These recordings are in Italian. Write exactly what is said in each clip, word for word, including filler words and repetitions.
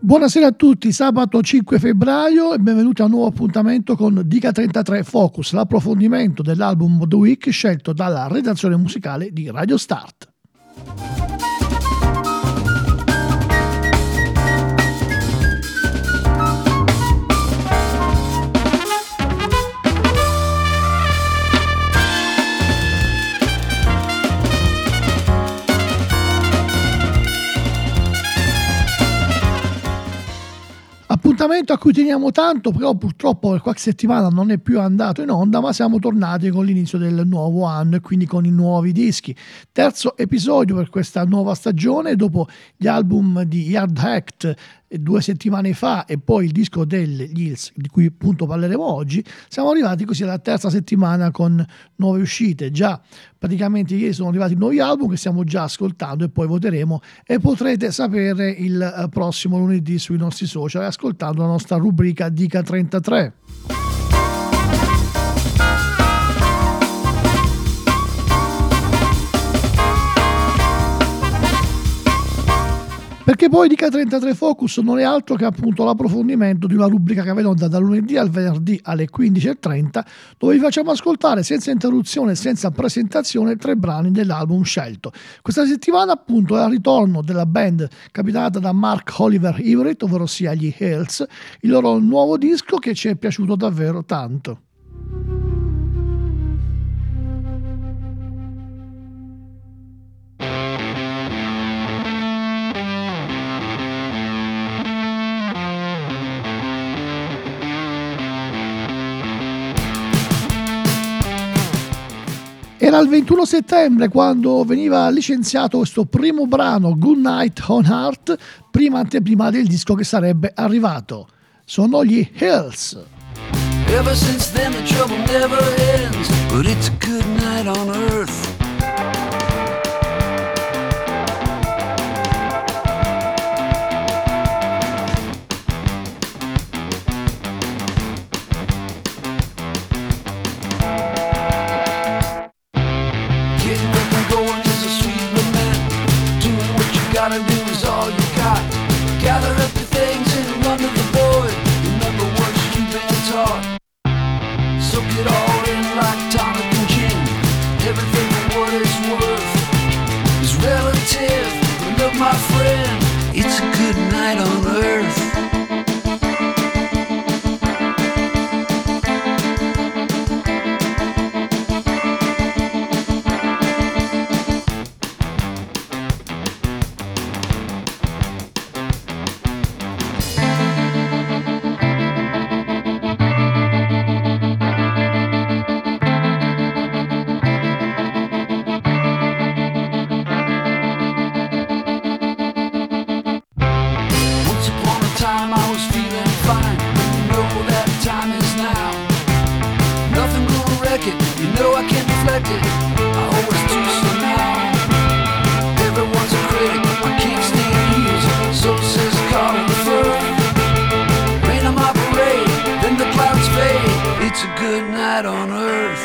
Buonasera a tutti, sabato cinque febbraio e benvenuti a un nuovo appuntamento con Dica trentatré Focus, l'approfondimento dell'album The Week scelto dalla redazione musicale di Radio Start. Appuntamento a cui teniamo tanto, però purtroppo per qualche settimana non è più andato in onda, ma siamo tornati con l'inizio del nuovo anno e quindi con i nuovi dischi. Terzo episodio per questa nuova stagione, dopo gli album di Hard Act due settimane fa e poi il disco degli Hills, di cui appunto parleremo oggi. Siamo arrivati così alla terza settimana con nuove uscite. Già praticamente ieri sono arrivati nuovi album che stiamo già ascoltando e poi voteremo, e potrete sapere il prossimo lunedì sui nostri social ascoltando la nostra rubrica Dica trentatré. Perché poi Dica trentatré Focus non è altro che appunto l'approfondimento di una rubrica che va in onda dal lunedì al venerdì alle quindici e trenta, dove vi facciamo ascoltare senza interruzione e senza presentazione tre brani dell'album scelto. Questa settimana appunto è il ritorno della band capitanata da Mark Oliver Everett, ovvero sia gli Hills, il loro nuovo disco che ci è piaciuto davvero tanto. Era il ventuno settembre quando veniva licenziato questo primo brano, Good Night on Earth, prima anteprima del disco che sarebbe arrivato. Sono gli Hills. Ever since then the trouble never ends, but it's a good night on earth. Gotta do is all you got. Gather up your things and run to the void. Remember what you've been taught. Soak it all in like tonic and gin. Everything for what it's worth is relative. But look, my friend, it's a good night on earth. It's a good night on earth.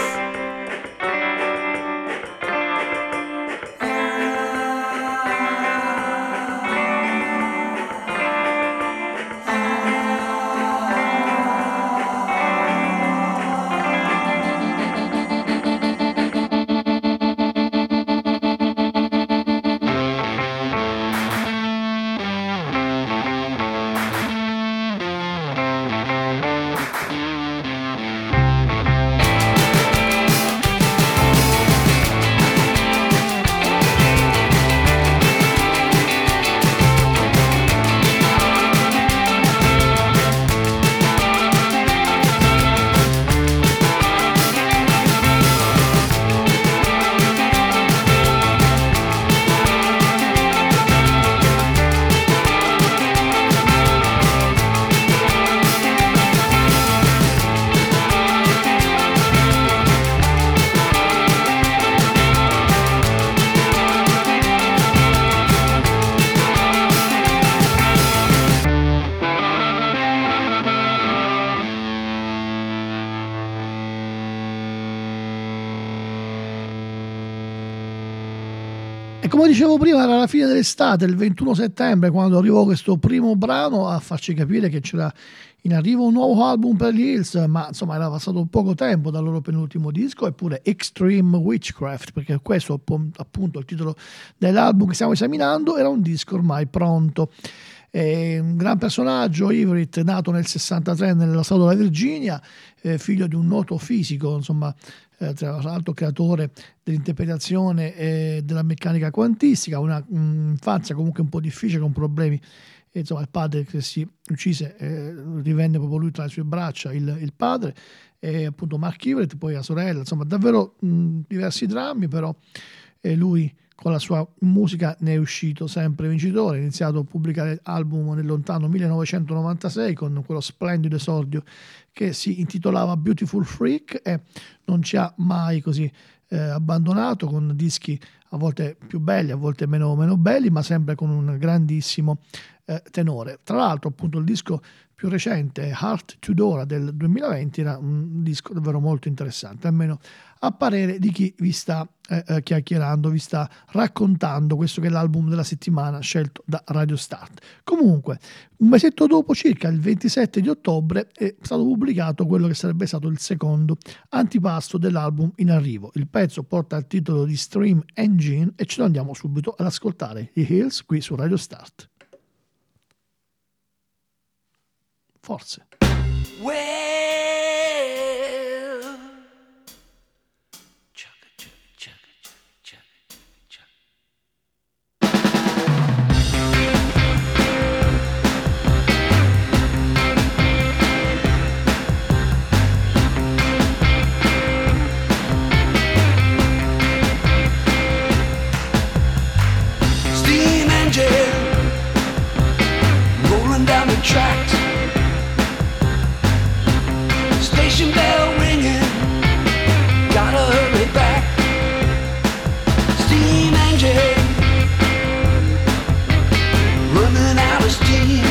E come dicevo prima, era la fine dell'estate, il ventuno settembre, quando arrivò questo primo brano a farci capire che c'era in arrivo un nuovo album per gli Hills, ma insomma era passato poco tempo dal loro penultimo disco, eppure Extreme Witchcraft, perché questo appunto il titolo dell'album che stiamo esaminando, era un disco ormai pronto. È un gran personaggio, Everett, nato nel sessantatré nello stato della Virginia, eh, figlio di un noto fisico, insomma, eh, tra l'altro creatore dell'interpretazione e della meccanica quantistica, una infanzia comunque un po' difficile, con problemi. E, insomma, il padre che si uccise, eh, rivenne proprio lui tra le sue braccia, il, il padre, e appunto Mark Everett, poi la sorella, insomma davvero mh, diversi drammi, però eh, lui con la sua musica ne è uscito sempre vincitore. Ha iniziato a pubblicare album nel lontano millenovecentonovantasei con quello splendido esordio che si intitolava Beautiful Freak, e non ci ha mai così eh, abbandonato, con dischi a volte più belli, a volte meno, meno belli, ma sempre con un grandissimo eh, tenore. Tra l'altro appunto il disco più recente, Heart to Dora del duemilaventi, era un disco davvero molto interessante, almeno a parere di chi vi sta eh, eh, chiacchierando, vi sta raccontando questo che è l'album della settimana scelto da Radio Start. Comunque, un mesetto dopo, circa il ventisette di ottobre, è stato pubblicato quello che sarebbe stato il secondo antipasto dell'album in arrivo. Il pezzo porta il titolo di Stream Engine e ce lo andiamo subito ad ascoltare, i Hills, qui su Radio Start. Forse. Well, chugga, chugga, chugga, chugga, chugga, chugga. Steam engine rolling down the tracks. Station bell ringing, gotta hurry back. Steam engine running out of steam.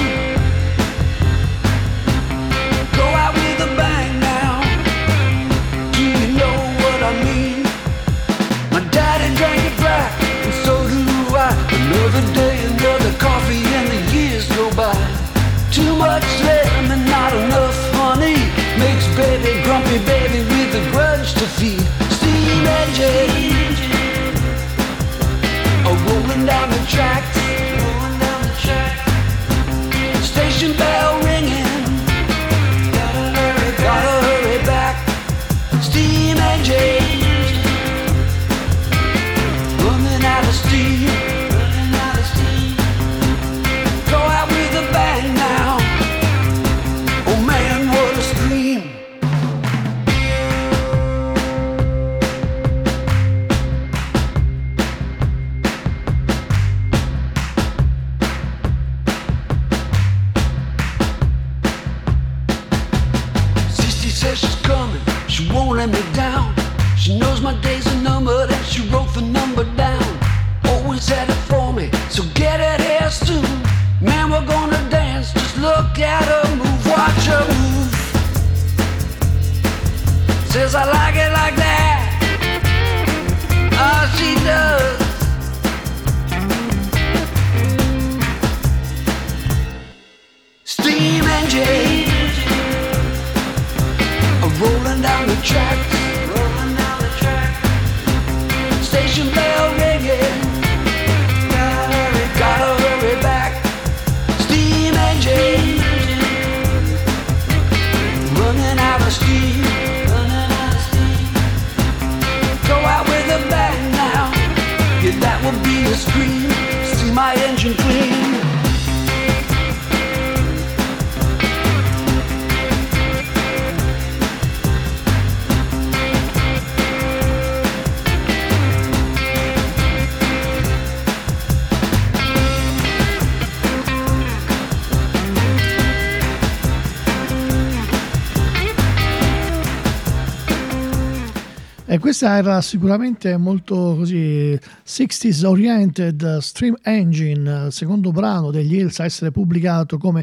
Go out with a bang now. Do you know what I mean? My daddy drank it black, and so do I. Another day, another coffee, and the years go by. Too much lemon, not enough honey. Makes baby grumpy baby with a grudge to feed. Steam engine, oh, rolling down the tracks, rolling down the track. Station bell ringing, gotta hurry back, gotta hurry back. Steam engine, running out of steam, running out of steam. Go out with a bang now. Oh man, what a scream. Sissy says she's coming, she won't let me down. She knows my days are numbered and she wrote the number down. Always had it for me, so get it here soon. Man, we're gonna dance, just look at her move, watch her move. Says I like it like that. Oh, she does. Steam engine, rolling down the tracks, rolling down the track. Station bell ringing, gotta hurry, gotta hurry back. Steam engine, running out of steam, running out of steam. Go out with a bang now, yeah, that would be a scream. See my engine clean. E questa era sicuramente molto così sessanta's oriented, Stream Engine, il secondo brano degli Hills a essere pubblicato come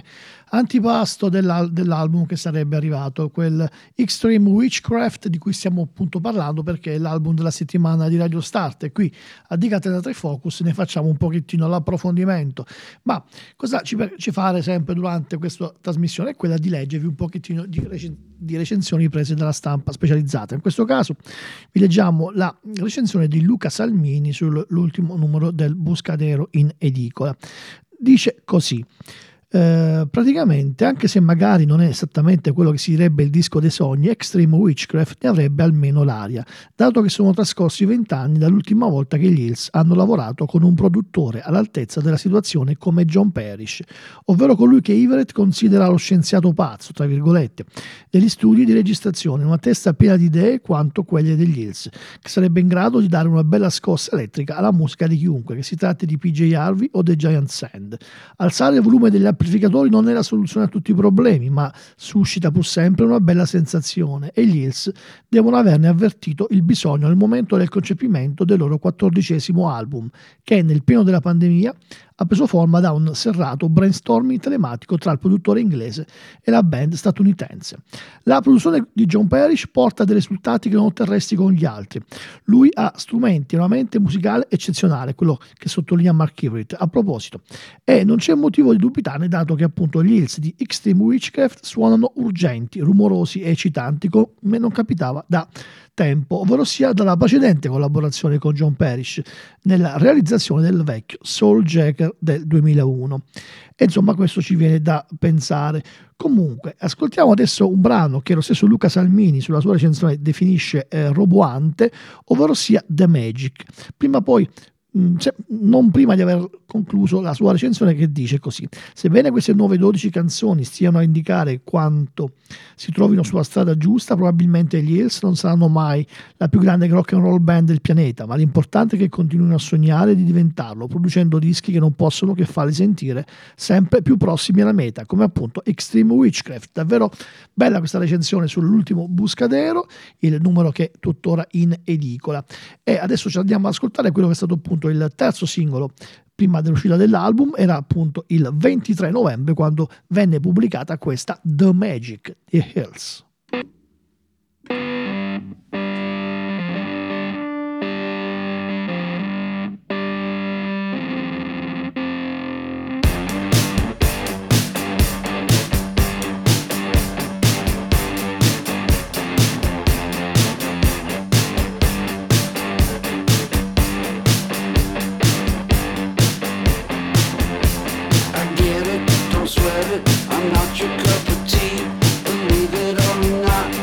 antipasto dell'al- dell'album che sarebbe arrivato, quel Extreme Witchcraft di cui stiamo appunto parlando, perché è l'album della settimana di Radio Start, e qui a Di Cattedra tre Focus ne facciamo un pochettino l'approfondimento. Ma cosa ci piace fare sempre durante questa trasmissione è quella di leggervi un pochettino di, recen- di recensioni prese dalla stampa specializzata. In questo caso vi leggiamo la recensione di Luca Salmini sull'ultimo numero del Buscadero in edicola. Dice così: Eh, praticamente, anche se magari non è esattamente quello che si direbbe il disco dei sogni, Extreme Witchcraft ne avrebbe almeno l'aria, dato che sono trascorsi vent'anni dall'ultima volta che gli Hills hanno lavorato con un produttore all'altezza della situazione come John Parrish, ovvero colui che Everett considera lo scienziato pazzo, tra virgolette, degli studi di registrazione, una testa piena di idee quanto quelle degli Hills, che sarebbe in grado di dare una bella scossa elettrica alla musica di chiunque, che si tratti di P J Harvey o dei Giant Sand. Alzare il volume degli amplificatori non è la soluzione a tutti i problemi, ma suscita pur sempre una bella sensazione, e gli Hills devono averne avvertito il bisogno al momento del concepimento del loro quattordicesimo album, che nel pieno della pandemia ha preso forma da un serrato brainstorming telematico tra il produttore inglese e la band statunitense. La produzione di John Parrish porta dei risultati che non otterresti con gli altri. Lui ha strumenti e una mente musicale eccezionale, quello che sottolinea Mark Everett a proposito, e non c'è motivo di dubitarne, dato che appunto gli Hills di Extreme Witchcraft suonano urgenti, rumorosi e eccitanti come non capitava da tempo, ovvero sia dalla precedente collaborazione con John Parrish nella realizzazione del vecchio Soul Jacker del duemilauno. E insomma, questo ci viene da pensare. Comunque, ascoltiamo adesso un brano che lo stesso Luca Salmini sulla sua recensione definisce eh, roboante, ovvero sia The Magic. Prima poi non prima di aver concluso la sua recensione, che dice così: sebbene queste nuove dodici canzoni stiano a indicare quanto si trovino sulla strada giusta, probabilmente gli Hills non saranno mai la più grande rock and roll band del pianeta, ma l'importante è che continuino a sognare di diventarlo, producendo dischi che non possono che farli sentire sempre più prossimi alla meta, come appunto Extreme Witchcraft. Davvero bella questa recensione sull'ultimo Buscadero, il numero che è tuttora in edicola. E adesso ci andiamo ad ascoltare quello che è stato appunto il terzo singolo prima dell'uscita dell'album. Era appunto il ventitré novembre quando venne pubblicata questa The Magic di Hills. Sweat it, I'm not your cup of tea. Believe it or not,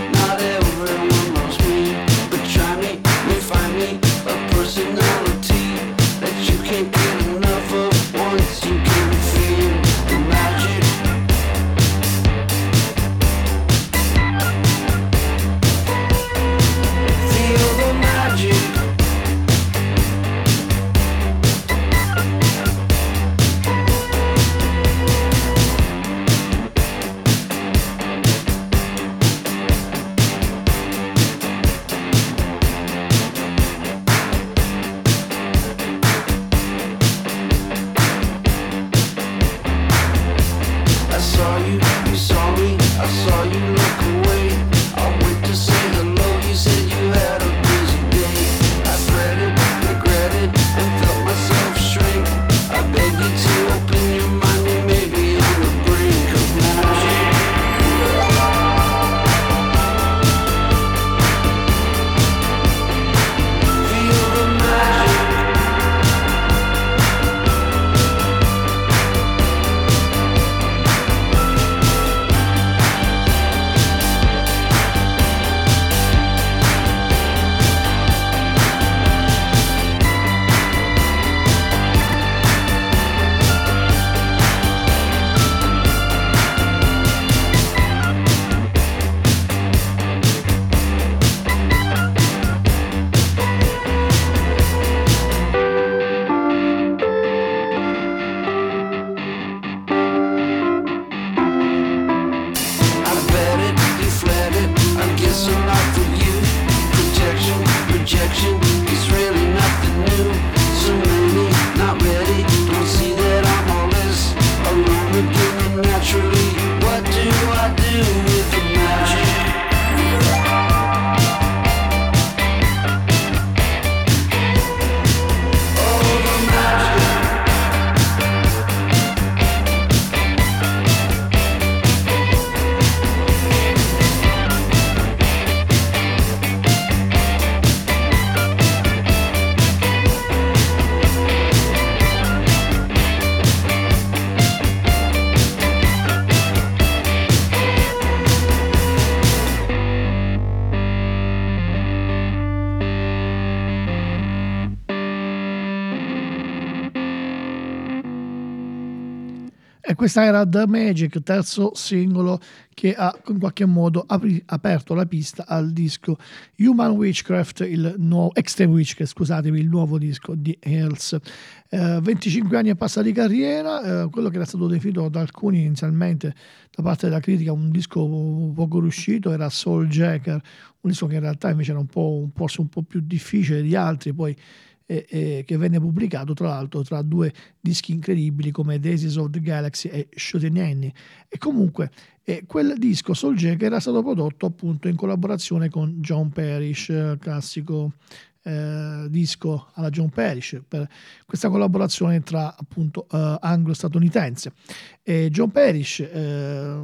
E questa era The Magic, terzo singolo che ha in qualche modo apri- aperto la pista al disco Human Witchcraft, il nuovo Extreme Witchcraft, scusatemi, il nuovo disco di Hills. Eh, venticinque anni e passa di carriera, eh, quello che era stato definito da alcuni inizialmente da parte della critica un disco poco riuscito era Souljacker, un disco che in realtà invece era un po', forse un po' più difficile di altri, poi E, e che venne pubblicato tra l'altro tra due dischi incredibili come Daisies of the Galaxy e Shooting Annie. E comunque eh, quel disco Souljacker era stato prodotto appunto in collaborazione con John Parrish, classico eh, disco alla John Parrish, per questa collaborazione tra appunto eh, anglo-statunitense. E John Parrish eh,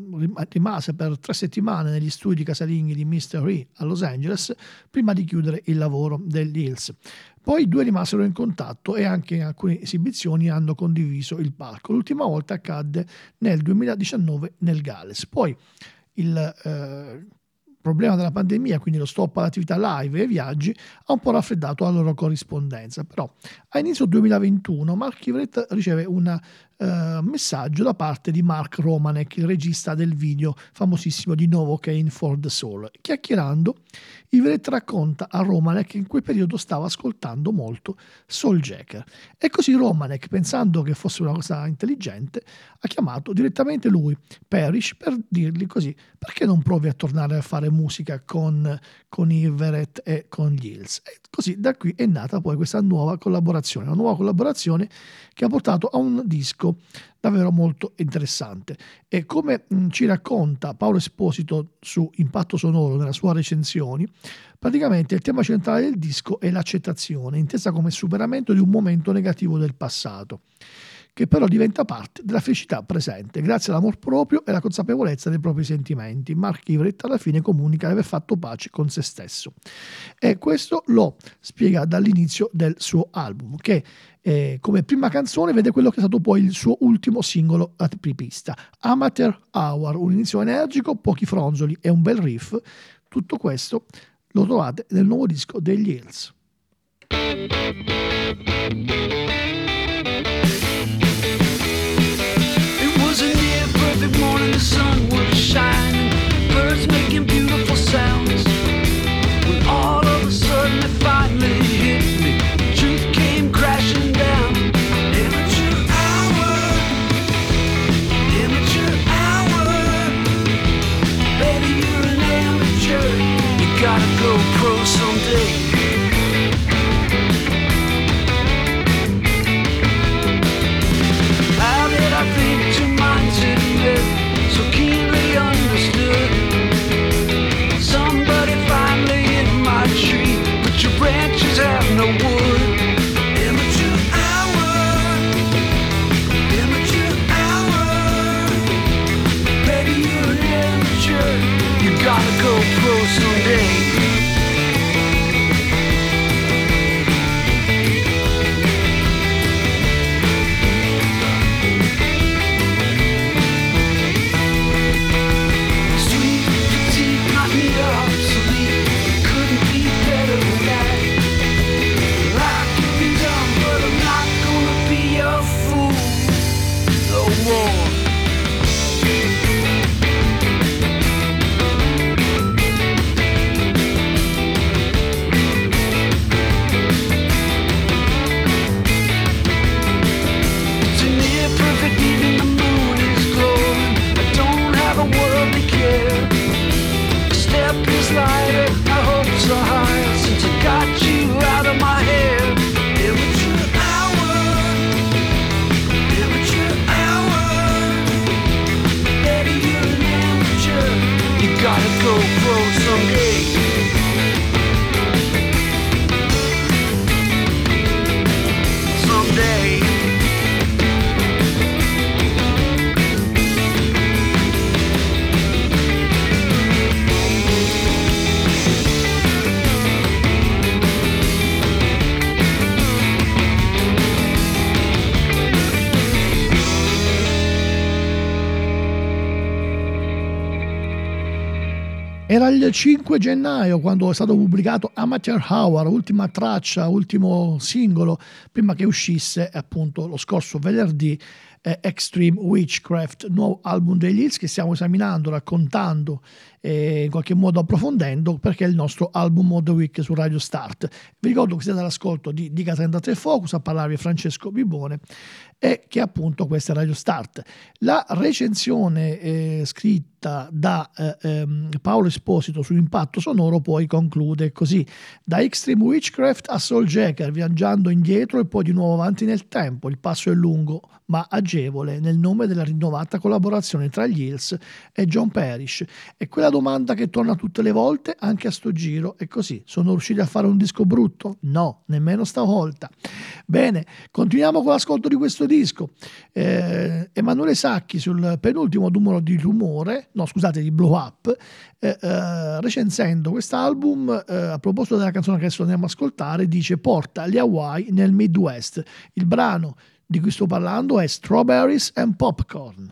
rimase per tre settimane negli studi casalinghi di mister Re a Los Angeles prima di chiudere il lavoro degli Hills. Poi i due rimasero in contatto e anche in alcune esibizioni hanno condiviso il palco. L'ultima volta accadde nel duemiladiciannove nel Galles. Poi il eh, problema della pandemia, quindi lo stop all'attività live e ai viaggi, ha un po' raffreddato la loro corrispondenza. Però a inizio duemilaventuno Mark Everett riceve un Uh, messaggio da parte di Mark Romanek, il regista del video famosissimo di Novocaine for the Soul. Chiacchierando, Everett racconta a Romanek che in quel periodo stava ascoltando molto Souljacker. E così Romanek, pensando che fosse una cosa intelligente, ha chiamato direttamente lui, Parrish, per dirgli così: perché non provi a tornare a fare musica con, con Everett e con gli Hills? E così da qui è nata poi questa nuova collaborazione, una nuova collaborazione che ha portato a un disco davvero molto interessante. E come mh, ci racconta Paolo Esposito su Impatto Sonoro nella sua recensioni, praticamente il tema centrale del disco è l'accettazione, intesa come superamento di un momento negativo del passato, che però diventa parte della felicità presente, grazie all'amor proprio e alla consapevolezza dei propri sentimenti. Mark Everett alla fine comunica di aver fatto pace con se stesso. E questo lo spiega dall'inizio del suo album, che eh, come prima canzone vede quello che è stato poi il suo ultimo singolo apripista, Amateur Hour, un inizio energico, pochi fronzoli e un bel riff. Tutto questo lo trovate nel nuovo disco degli Hills. Perfect morning, the sun was shining, birds making beautiful sounds. When all of a sudden it finally hit me, truth came crashing down. Amateur hour, amateur hour. Baby, you're an amateur, you gotta go pro someday. How did I think two minds in so keenly understood? Somebody finally hit my tree, but your branches have no wood. Amateur hour, amateur hour. Baby, you're an amateur, you gotta go pro someday. Era il cinque gennaio quando è stato pubblicato Amateur Hour, ultima traccia, ultimo singolo, prima che uscisse appunto lo scorso venerdì eh, Extreme Witchcraft, nuovo album degli Hills che stiamo esaminando, raccontando e in qualche modo approfondendo, perché è il nostro album of the week su Radio Start. Vi ricordo che siete all'ascolto di Diga trentatré Focus, a parlarvi Francesco Bibone, e che appunto questa è Radio Start. La recensione eh, scritta da eh, ehm, Paolo Esposito su Impatto Sonoro poi conclude così: da Extreme Witchcraft a Souljacker, viaggiando indietro e poi di nuovo avanti nel tempo, il passo è lungo ma agevole nel nome della rinnovata collaborazione tra gli Hills e John Parrish. E quella domanda che torna tutte le volte, anche a sto giro, è così: sono riusciti a fare un disco brutto? No, nemmeno stavolta. Bene, continuiamo con l'ascolto di questo disco. eh, Emanuele Sacchi sul penultimo numero di Rumore, no scusate di Blow Up, eh, eh, recensendo quest'album, eh, a proposito della canzone che adesso andiamo a ascoltare, dice: porta gli Hawaii nel Midwest. Il brano di cui sto parlando è Strawberries and Popcorn.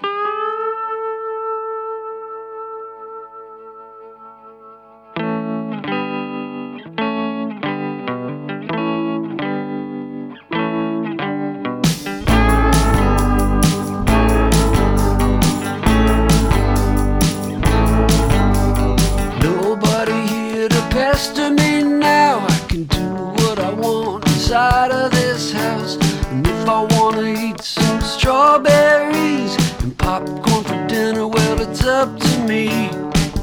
Nobody here to pester me now. I can do what I want inside of this house. And if I wanna eat some strawberries and popcorn for dinner, well, it's up to me.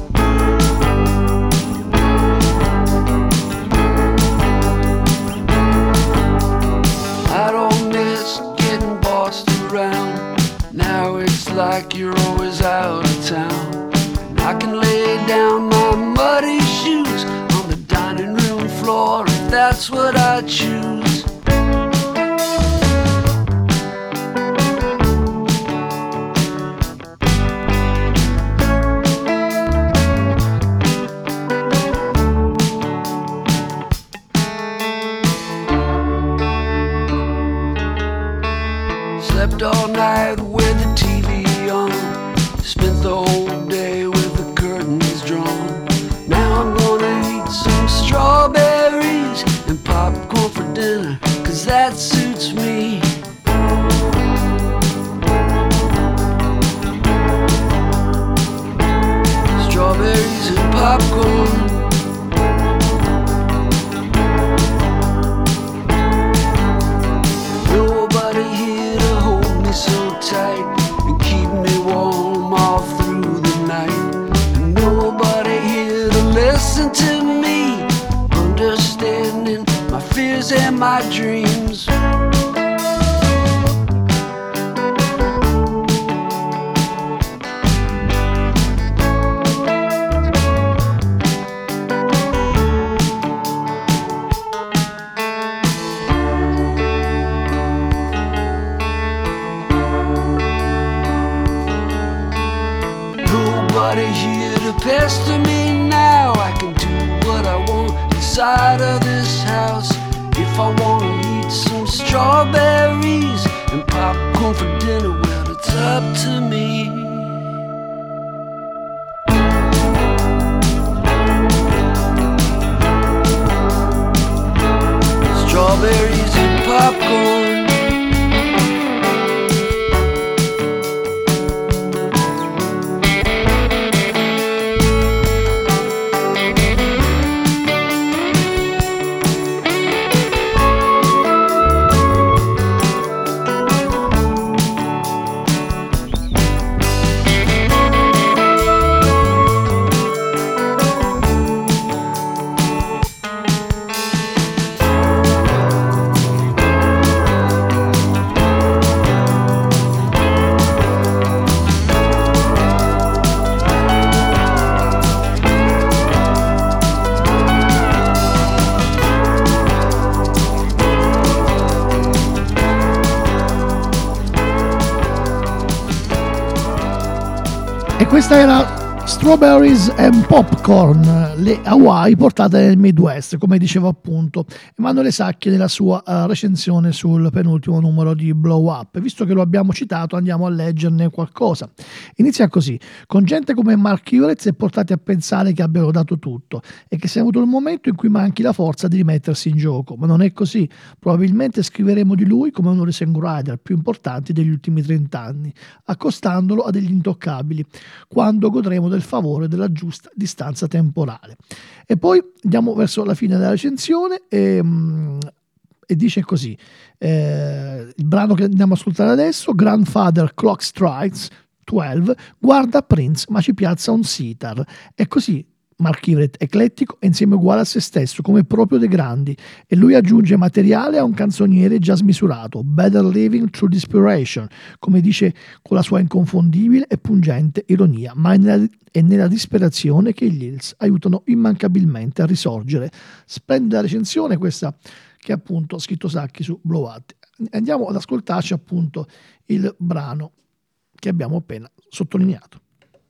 I don't miss getting bossed around. Now it's like you're always out of town. And I can lay down my muddy shoes on the dining room floor if that's what I choose. Slept all night with the T V on. Spent the whole day with the curtains drawn. Now I'm gonna eat some strawberries and popcorn for dinner, 'cause that suits me. Strawberries and popcorn. Nobody here to hold me so tight and keep me warm all through the night. And nobody here to listen to me, understanding my fears and my dreams. Nobody here to pester me now. I can do what I want inside of this house. If I wanna eat some strawberries and popcorn for dinner, well, it's up to me. Strawberries and popcorn. E questa era Strawberries and Popcorn, le Hawaii portate nel Midwest, come diceva appunto Emanuele Sacchi nella sua uh, recensione sul penultimo numero di Blow Up. Visto che lo abbiamo citato, andiamo a leggerne qualcosa. Inizia così: con gente come Mark Hewlett si è portati a pensare che abbiano dato tutto e che sia avuto il momento in cui manchi la forza di rimettersi in gioco, ma non è così. Probabilmente scriveremo di lui come uno dei songwriter più importanti degli ultimi trent'anni, accostandolo a degli intoccabili, quando godremo del favore della giusta distanza temporale. E poi andiamo verso la fine della recensione e, e dice così, eh, il brano che andiamo a ascoltare adesso: Grandfather Clock Strikes dodici, guarda Prince ma ci piazza un sitar. E così Mark Hewlett, eclettico e insieme uguale a se stesso, come proprio dei grandi, e lui aggiunge materiale a un canzoniere già smisurato, Better Living Through Desperation, come dice con la sua inconfondibile e pungente ironia, ma è nella, è nella disperazione che gli Hills aiutano immancabilmente a risorgere. Splendida recensione questa che appunto ha scritto Sacchi su Blow Up. Andiamo ad ascoltarci appunto il brano che abbiamo appena sottolineato.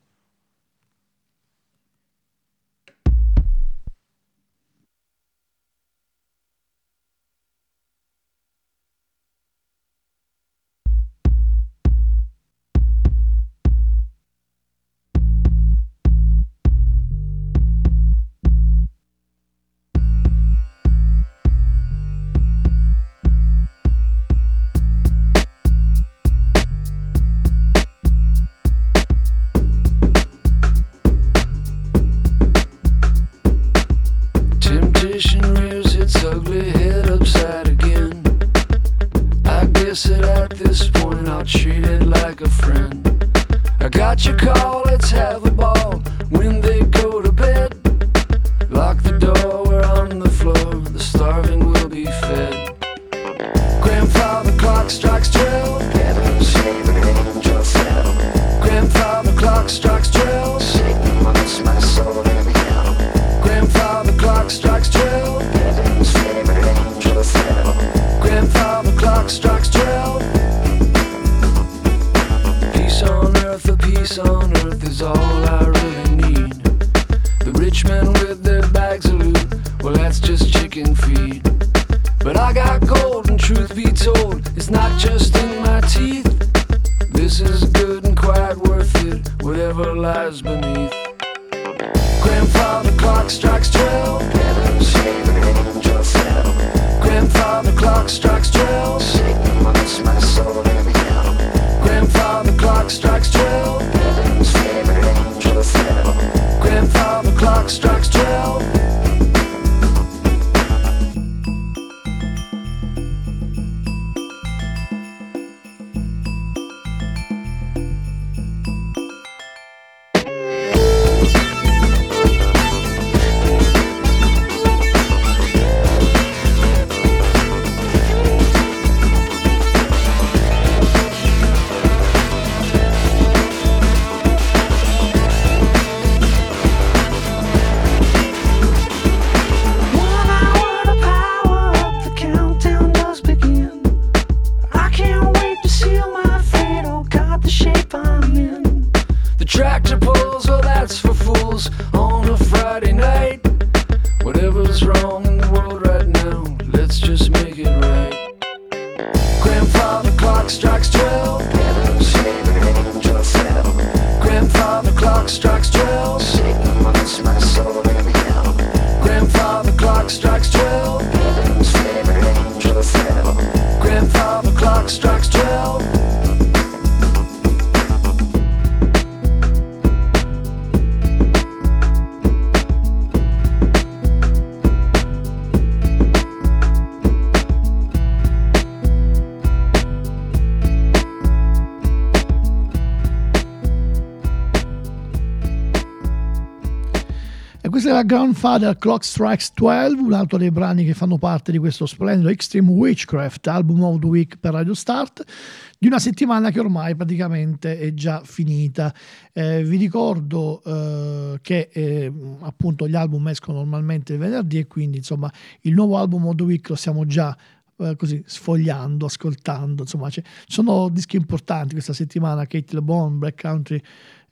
Questa è la Grandfather Clock Strikes dodici, un altro dei brani che fanno parte di questo splendido Extreme Witchcraft, album of the week per Radio Start, di una settimana che ormai praticamente è già finita. Eh, vi ricordo eh, che eh, appunto gli album escono normalmente il venerdì e quindi insomma il nuovo album of the week lo stiamo già eh, così sfogliando, ascoltando, insomma ci sono dischi importanti questa settimana: Kate LeBon, Black Country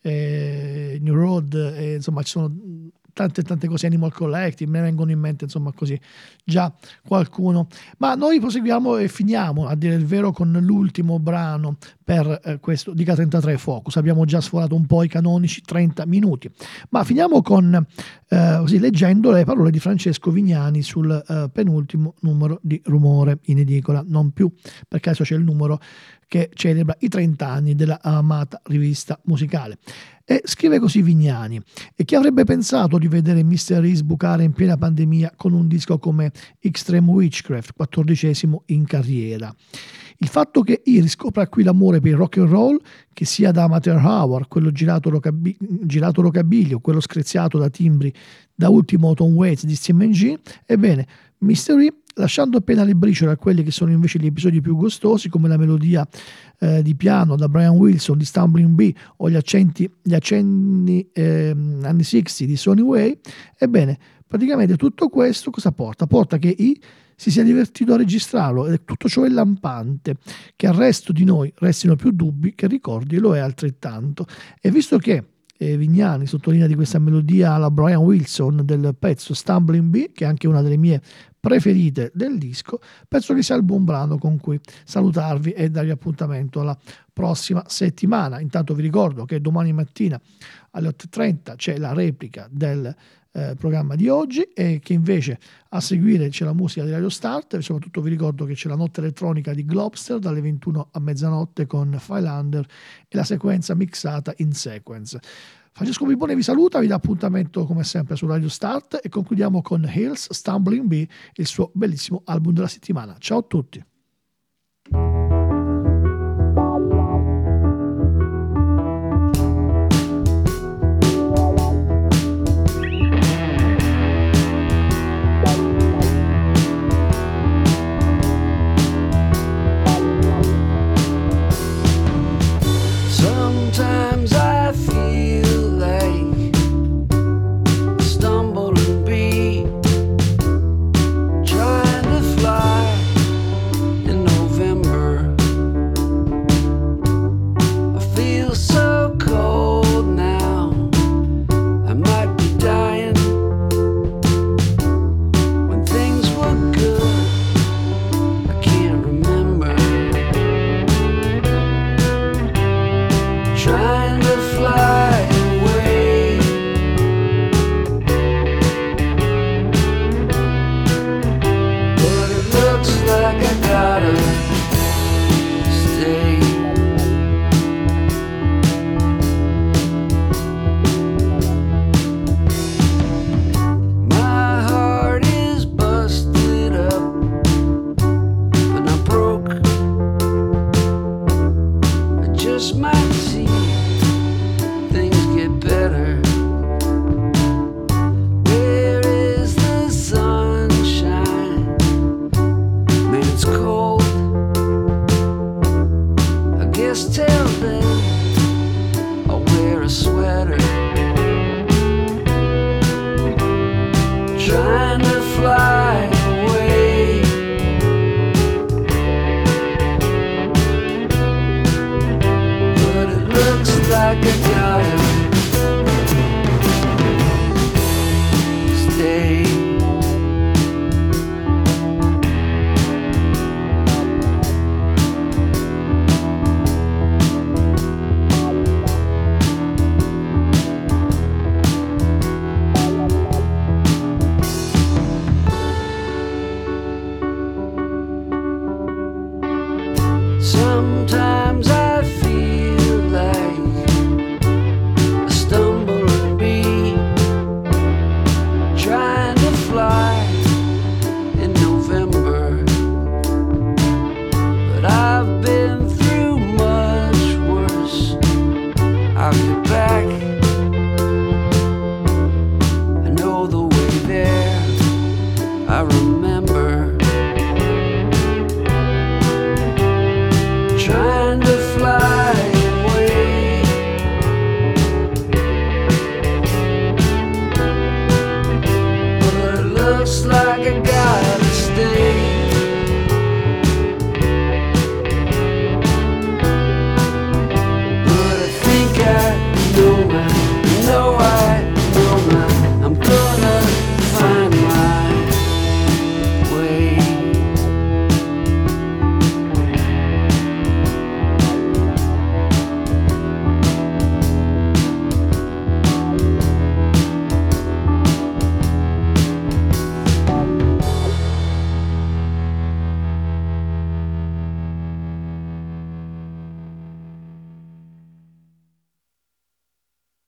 eh, New Road, eh, insomma ci sono tante tante cose, Animal Collective, me ne vengono in mente insomma così già qualcuno, ma noi proseguiamo e finiamo a dire il vero con l'ultimo brano per eh, questo Diga trentatré Focus. Abbiamo già sforato un po' i canonici trenta minuti, ma finiamo con eh, così leggendo le parole di Francesco Vignani sul eh, penultimo numero di Rumore in edicola, non più perché adesso c'è il numero che celebra i trenta anni della amata rivista musicale. E scrive così Vignani: e chi avrebbe pensato di vedere mister E sbucare in piena pandemia con un disco come Extreme Witchcraft, quattordicesimo in carriera? Il fatto che E riscopra qui l'amore per il rock and roll, che sia da amateur hour, quello girato, rockabi- girato rockabilly o quello screziato da timbri, da ultimo Tom Waits di Steam and G, ebbene mister E, lasciando appena le briciole a quelli che sono invece gli episodi più gustosi, come la melodia eh, di piano da Brian Wilson di Stumbling Bee o gli accenti, gli accenni eh, anni sessanta di Sonny Way, ebbene praticamente tutto questo cosa porta? Porta che E si sia divertito a registrarlo, e tutto ciò è lampante, che al resto di noi restino più dubbi che ricordi lo è altrettanto. E visto che eh, Vignani sottolinea di questa melodia alla Brian Wilson del pezzo Stumbling Bee, che è anche una delle mie preferite del disco, penso che sia il buon brano con cui salutarvi e darvi appuntamento alla prossima settimana. Intanto vi ricordo che domani mattina alle otto e trenta c'è la replica del eh, programma di oggi, e che invece a seguire c'è la musica di Radio Start. Soprattutto vi ricordo che c'è la notte elettronica di Globster dalle ventuno a mezzanotte con Filander e la sequenza mixata in sequence. Francesco Bibone vi saluta, vi dà appuntamento come sempre su Radio Start e concludiamo con Hills Stumbling Bee, il suo bellissimo album della settimana. Ciao a tutti.